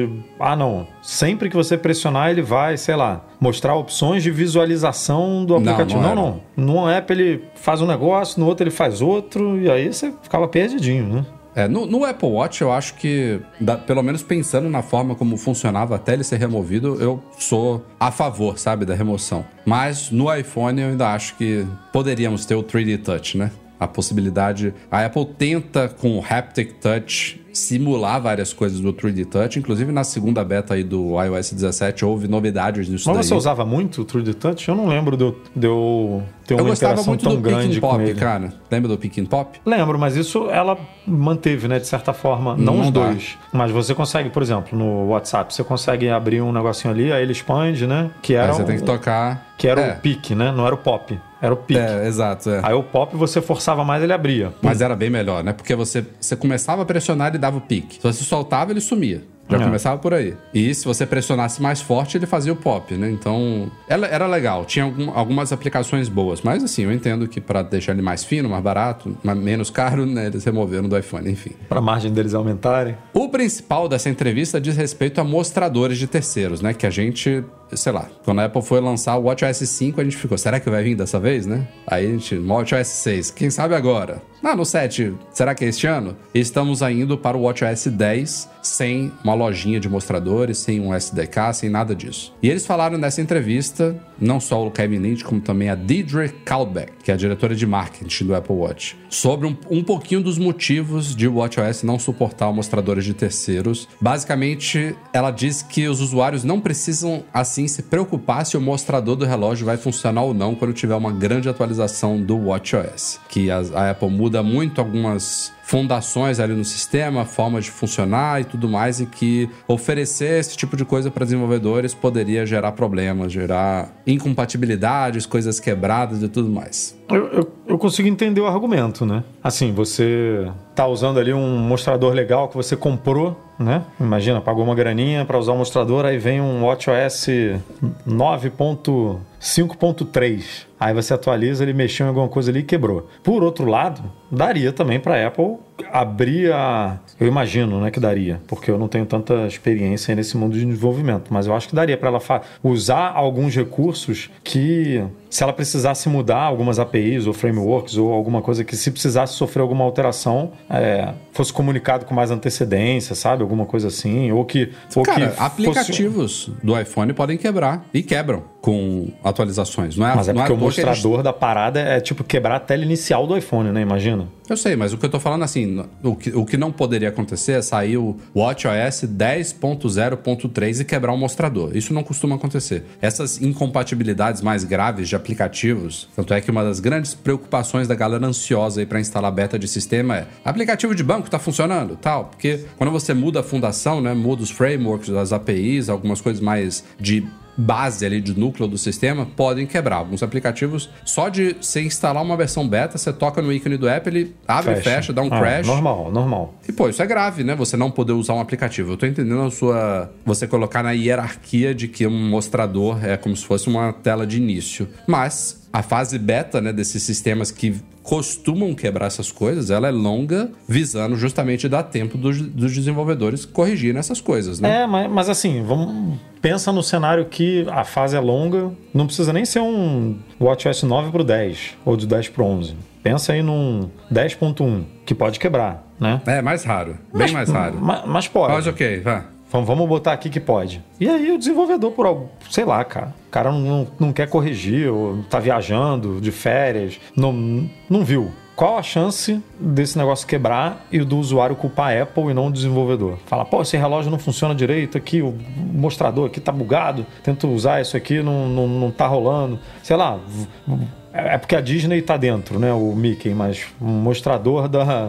Não, sempre que você pressionar ele vai, sei lá, mostrar opções de visualização do aplicativo. Não. No app ele faz um negócio, no outro ele faz outro e aí você ficava perdidinho, né? No Apple Watch, eu acho que, pelo menos pensando na forma como funcionava até ele ser removido, eu sou a favor, sabe, da remoção. Mas no iPhone eu ainda acho que poderíamos ter o 3D Touch, né? A possibilidade... A Apple tenta, com o Haptic Touch, simular várias coisas do 3D Touch. Inclusive, na segunda beta aí do iOS 17, houve novidades nisso daí. Mas você usava muito o 3D Touch? Eu não lembro de eu ter uma interação tão grande com ele. Cara. Lembra do Pick and Pop? Lembro, mas isso ela manteve, né? De certa forma. Não os dois. Mas você consegue, por exemplo, no WhatsApp, você consegue abrir um negocinho ali, aí ele expande, né? Que era aí você tem que tocar... Que era o Pick, né? Não era o Pop. Era o Pick. Exato. Aí o Pop você forçava mais, ele abria. Mas era bem melhor, né? Porque você começava a pressionar, ele dava o pique. Se você soltava, ele sumia. Já começava por aí. E se você pressionasse mais forte, ele fazia o pop, né? Então, era legal. Tinha algumas aplicações boas. Mas, assim, eu entendo que para deixar ele mais fino, mais barato, menos caro, né? Eles removeram do iPhone, enfim. Para a margem deles aumentarem. O principal dessa entrevista diz respeito a mostradores de terceiros, né? Que a gente... Sei lá, quando a Apple foi lançar o WatchOS 5, a gente ficou, será que vai vir dessa vez, né? Aí a gente, no WatchOS 6, quem sabe agora? No 7, será que é este ano? E estamos indo para o WatchOS 10 sem uma lojinha de mostradores, sem um SDK, sem nada disso. E eles falaram nessa entrevista, não só o Kevin Lynch, como também a Deirdre Caldbeck, que é a diretora de marketing do Apple Watch, sobre um pouquinho dos motivos de o WatchOS não suportar mostradores de terceiros. Basicamente, ela diz que os usuários não precisam, assim, se preocupar se o mostrador do relógio vai funcionar ou não quando tiver uma grande atualização do WatchOS. Que a Apple muda muito algumas fundações ali no sistema, formas de funcionar e tudo mais, e que oferecer esse tipo de coisa para desenvolvedores poderia gerar problemas, gerar incompatibilidades, coisas quebradas e tudo mais. Eu consigo entender o argumento, né? Assim, você tá usando ali um mostrador legal que você comprou, né? Imagina, pagou uma graninha para usar o mostrador, aí vem um WatchOS 9.5.3. Aí você atualiza, ele mexeu em alguma coisa ali e quebrou. Por outro lado, daria também para a Apple abrir eu imagino, né, que daria, porque eu não tenho tanta experiência nesse mundo de desenvolvimento, mas eu acho que daria para ela usar alguns recursos que, se ela precisasse mudar algumas APIs ou frameworks ou alguma coisa que, se precisasse sofrer alguma alteração, fosse comunicado com mais antecedência, sabe? Alguma coisa assim, ou que... aplicativos do iPhone podem quebrar, e quebram com atualizações. Mas porque o mostrador da parada é tipo quebrar a tela inicial do iPhone, né? Imagina. Eu sei, mas o que eu tô falando assim, o que não poderia acontecer é sair o WatchOS 10.0.3 e quebrar o mostrador. Isso não costuma acontecer. Essas incompatibilidades mais graves de aplicativos, tanto é que uma das grandes preocupações da galera ansiosa aí para instalar beta de sistema é: aplicativo de banco tá funcionando? Tal. Porque quando você muda a fundação, né, muda os frameworks, as APIs, algumas coisas mais de base ali de núcleo do sistema, podem quebrar. Alguns aplicativos, só de você instalar uma versão beta, você toca no ícone do app, ele abre e fecha, dá um crash. Normal. E pô, isso é grave, né? Você não poder usar um aplicativo. Eu tô entendendo você colocar na hierarquia de que um mostrador é como se fosse uma tela de início. Mas a fase beta, né, desses sistemas que costumam quebrar essas coisas, ela é longa, visando justamente dar tempo dos desenvolvedores corrigirem essas coisas, né? Mas assim, pensa no cenário que a fase é longa, não precisa nem ser um WatchOS 9 pro 10 ou de 10 pro 11. Pensa aí num 10.1, que pode quebrar, né? É mais raro, bem mais raro. Mas pode. Mas ok, vá. Vamos botar aqui que pode. E aí o desenvolvedor, por algo, sei lá, cara. O cara não quer corrigir, ou tá viajando de férias, não viu. Qual a chance desse negócio quebrar e do usuário culpar a Apple e não o desenvolvedor? Fala, pô, esse relógio não funciona direito aqui, o mostrador aqui tá bugado, tento usar isso aqui, não tá rolando. Sei lá, é porque a Disney tá dentro, né, o Mickey, mas um mostrador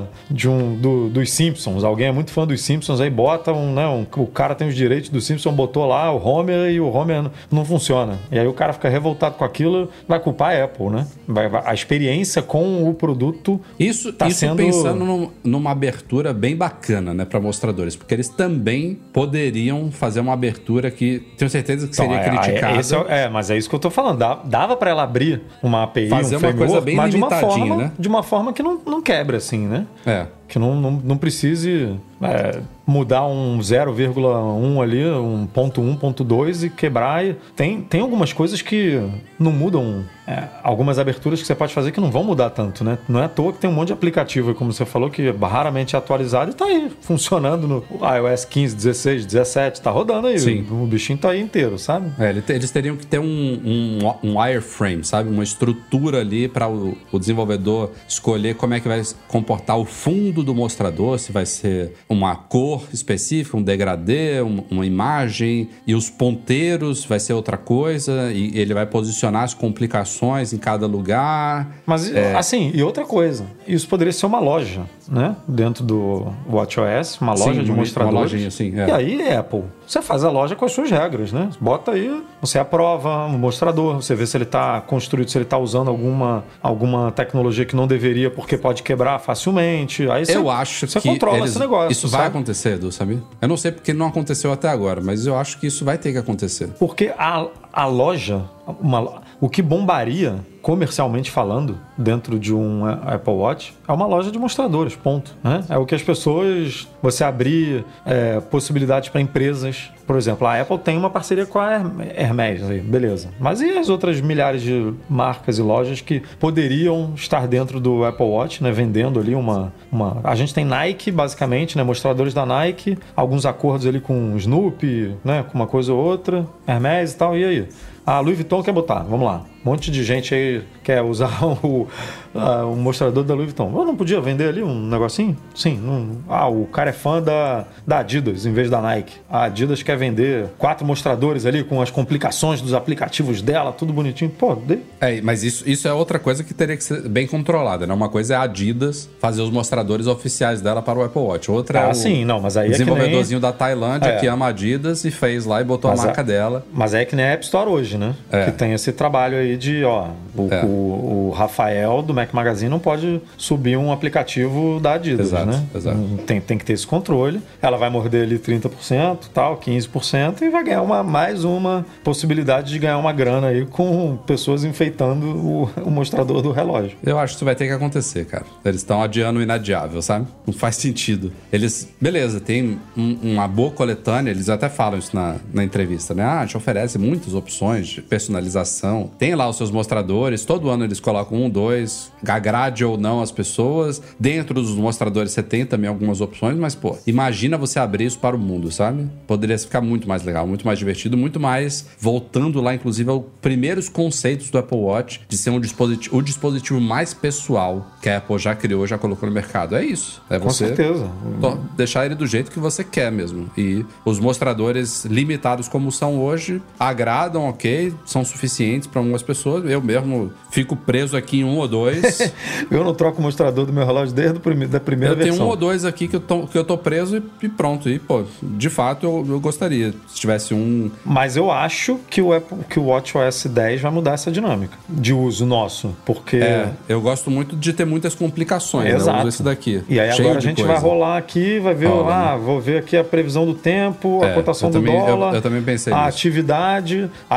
dos Simpsons. Alguém é muito fã dos Simpsons, aí bota o cara tem os direitos do Simpsons, botou lá o Homer e o Homer não funciona. E aí o cara fica revoltado com aquilo, vai culpar a Apple, né? A experiência com o produto isso sendo... pensando numa abertura bem bacana, né, para mostradores, porque eles também poderiam fazer uma abertura que tenho certeza que seria criticada. Mas é isso que eu tô falando. Dava para ela abrir uma API, fazer uma coisa bem limitadinha, né? De uma forma que não quebre, assim, né? Que não precise mudar um 0,1 ali, um ponto 1, ponto 2 e quebrar. Tem algumas coisas que não mudam, algumas aberturas que você pode fazer que não vão mudar tanto, né? Não é à toa que tem um monte de aplicativo, como você falou, que raramente é atualizado e tá aí, funcionando no iOS 15, 16, 17, tá rodando aí. Sim. O bichinho tá aí inteiro, sabe? Eles teriam que ter um wireframe, sabe? Uma estrutura ali para o desenvolvedor escolher como é que vai comportar o fundo do mostrador, se vai ser uma cor específica, um degradê, uma imagem, e os ponteiros vai ser outra coisa, e ele vai posicionar as complicações em cada lugar. Mas, assim, e outra coisa, isso poderia ser uma loja, né? Dentro do WatchOS, uma loja de mostradores. Uma lojinha, assim, E aí, Apple, você faz a loja com as suas regras, né? Bota aí, você aprova o mostrador, você vê se ele está construído, se ele está usando alguma tecnologia que não deveria, porque pode quebrar facilmente. Aí eu acho você que controla esse negócio. Isso vai acontecer, Edu, sabe? Eu não sei porque não aconteceu até agora, mas eu acho que isso vai ter que acontecer. Porque a loja, o que bombaria, comercialmente falando, dentro de um Apple Watch, é uma loja de mostradores, ponto. Né? É o que as pessoas... Você abrir possibilidades para empresas. Por exemplo, a Apple tem uma parceria com a Hermès, aí, beleza. Mas e as outras milhares de marcas e lojas que poderiam estar dentro do Apple Watch, né? Vendendo ali uma... A gente tem Nike, basicamente, né? Mostradores da Nike, alguns acordos ali com Snoopy, né? Com uma coisa ou outra, Hermès e tal, e aí? A Louis Vuitton quer botar, vamos lá. Um monte de gente aí quer usar o mostrador da Louis Vuitton. Eu não podia vender ali um negocinho? Sim. O cara é fã da Adidas em vez da Nike. A Adidas quer vender 4 mostradores ali com as complicações dos aplicativos dela, tudo bonitinho. Pô, mas isso é outra coisa que teria que ser bem controlada, né? Uma coisa é a Adidas fazer os mostradores oficiais dela para o Apple Watch. Outra é mas aí desenvolvedorzinho da Tailândia que ama a Adidas e fez lá e botou a marca dela. Mas é que nem a App Store hoje, né? Que tem esse trabalho aí de, o Rafael do Mac Magazine não pode subir um aplicativo da Adidas, né? Exato. Tem que ter esse controle. Ela vai morder ali 30%, tal, 15% e vai ganhar mais uma possibilidade de ganhar uma grana aí com pessoas enfeitando o mostrador do relógio. Eu acho que isso vai ter que acontecer, cara. Eles estão adiando o inadiável, sabe? Não faz sentido. Beleza, tem uma boa coletânea, eles até falam isso na entrevista, né? A gente oferece muitas opções de personalização. Tem lá os seus mostradores, todo ano eles colocam 1, 2, agrade ou não as pessoas. Dentro dos mostradores você tem também algumas opções, mas, imagina você abrir isso para o mundo, sabe? Poderia ficar muito mais legal, muito mais divertido, muito mais voltando lá, inclusive, aos primeiros conceitos do Apple Watch, de ser o dispositivo mais pessoal que a Apple já criou, já colocou no mercado. É isso. É você com certeza. Deixar ele do jeito que você quer mesmo. E os mostradores limitados como são hoje, agradam, ok, são suficientes para algumas pessoas. Eu mesmo fico preso aqui em 1 ou 2. Eu não troco o mostrador do meu relógio desde da primeira versão. Eu tenho 1 ou 2 aqui que eu tô preso e pronto. E, de fato, eu gostaria se tivesse um... Mas eu acho que o WatchOS 10 vai mudar essa dinâmica de uso nosso, porque... eu gosto muito de ter muitas complicações, Exato. Né? Eu uso esse daqui. E aí agora a gente vai rolar aqui, vai ver, vou ver aqui a previsão do tempo, a cotação do dólar, eu também pensei a nisso. atividade, aí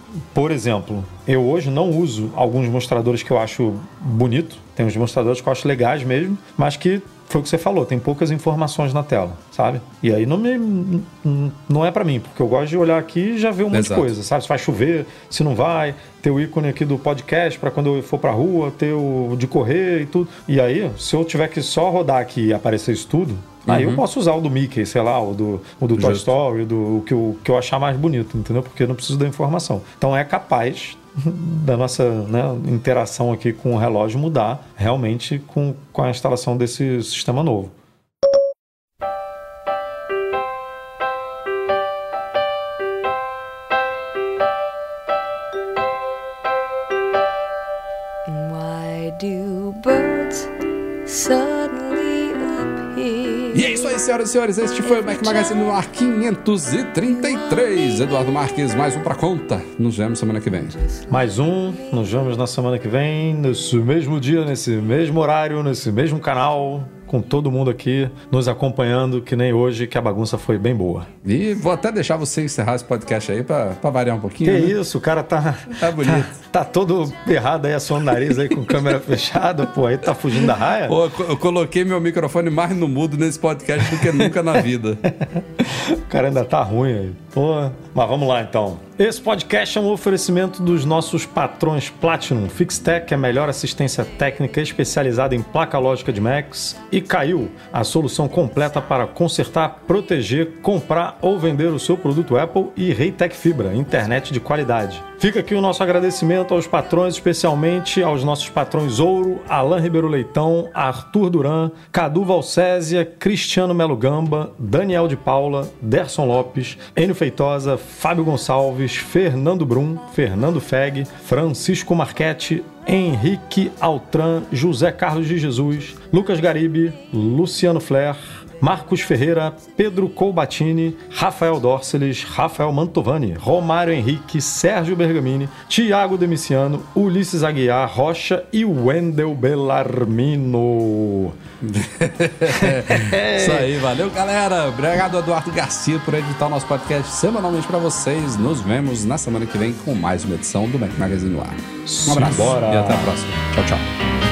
por exemplo, eu hoje não uso alguns mostradores que eu acho bonito. Tem uns mostradores que eu acho legais mesmo, mas que foi o que você falou, tem poucas informações na tela, sabe? E aí não é pra mim, porque eu gosto de olhar aqui e já ver um monte de coisa, sabe? Se vai chover, se não vai, ter o ícone aqui do podcast pra quando eu for pra rua, ter o de correr e tudo. E aí, se eu tiver que só rodar aqui e aparecer isso tudo, aí eu posso usar o do Mickey, sei lá, o do Toy Story, o que eu achar mais bonito, entendeu? Porque eu não preciso da informação. Então é capaz da nossa, né, interação aqui com o relógio mudar realmente com a instalação desse sistema novo. Why do birds suddenly appear? E é isso aí, senhoras e senhores, este foi o Mac Magazine no ar 533. Eduardo Marques, mais um pra conta. Nos vemos semana que vem. Mais um, nos vemos na semana que vem, nesse mesmo dia, nesse mesmo horário, nesse mesmo canal, com todo mundo aqui nos acompanhando, que nem hoje, que a bagunça foi bem boa. E vou até deixar você encerrar esse podcast aí pra variar um pouquinho. Que né? isso, o cara tá bonito. Tá todo errado aí, assoando o nariz aí com câmera fechada, pô, aí tá fugindo da raia. Pô, eu coloquei meu microfone mais no mudo nesse podcast do que nunca na vida. O cara ainda tá ruim aí. Pô, mas vamos lá então. Esse podcast é um oferecimento dos nossos patrões Platinum, Fixtech, a melhor assistência técnica especializada em placa lógica de Macs, e Caiu, a solução completa para consertar, proteger, comprar ou vender o seu produto Apple, e Reitec Fibra, internet de qualidade. Fica aqui o nosso agradecimento aos patrões, especialmente aos nossos patrões Ouro, Alain Ribeiro Leitão, Arthur Duran, Cadu Valcésia, Cristiano Melo Gamba, Daniel de Paula, Derson Lopes, Enio Feitosa, Fábio Gonçalves, Fernando Brum, Fernando Feg, Francisco Marchetti, Henrique Altran, José Carlos de Jesus, Lucas Garibe, Luciano Flair, Marcos Ferreira, Pedro Colbatini, Rafael Dorceles, Rafael Mantovani, Romário Henrique, Sérgio Bergamini, Tiago Demiciano, Ulisses Aguiar Rocha e Wendel Bellarmino. Isso aí, valeu galera. Obrigado Eduardo Garcia por editar o nosso podcast semanalmente pra vocês. Nos vemos na semana que vem com mais uma edição do Mac Magazine no ar. Um abraço Simbora. e até a próxima. Tchau, tchau.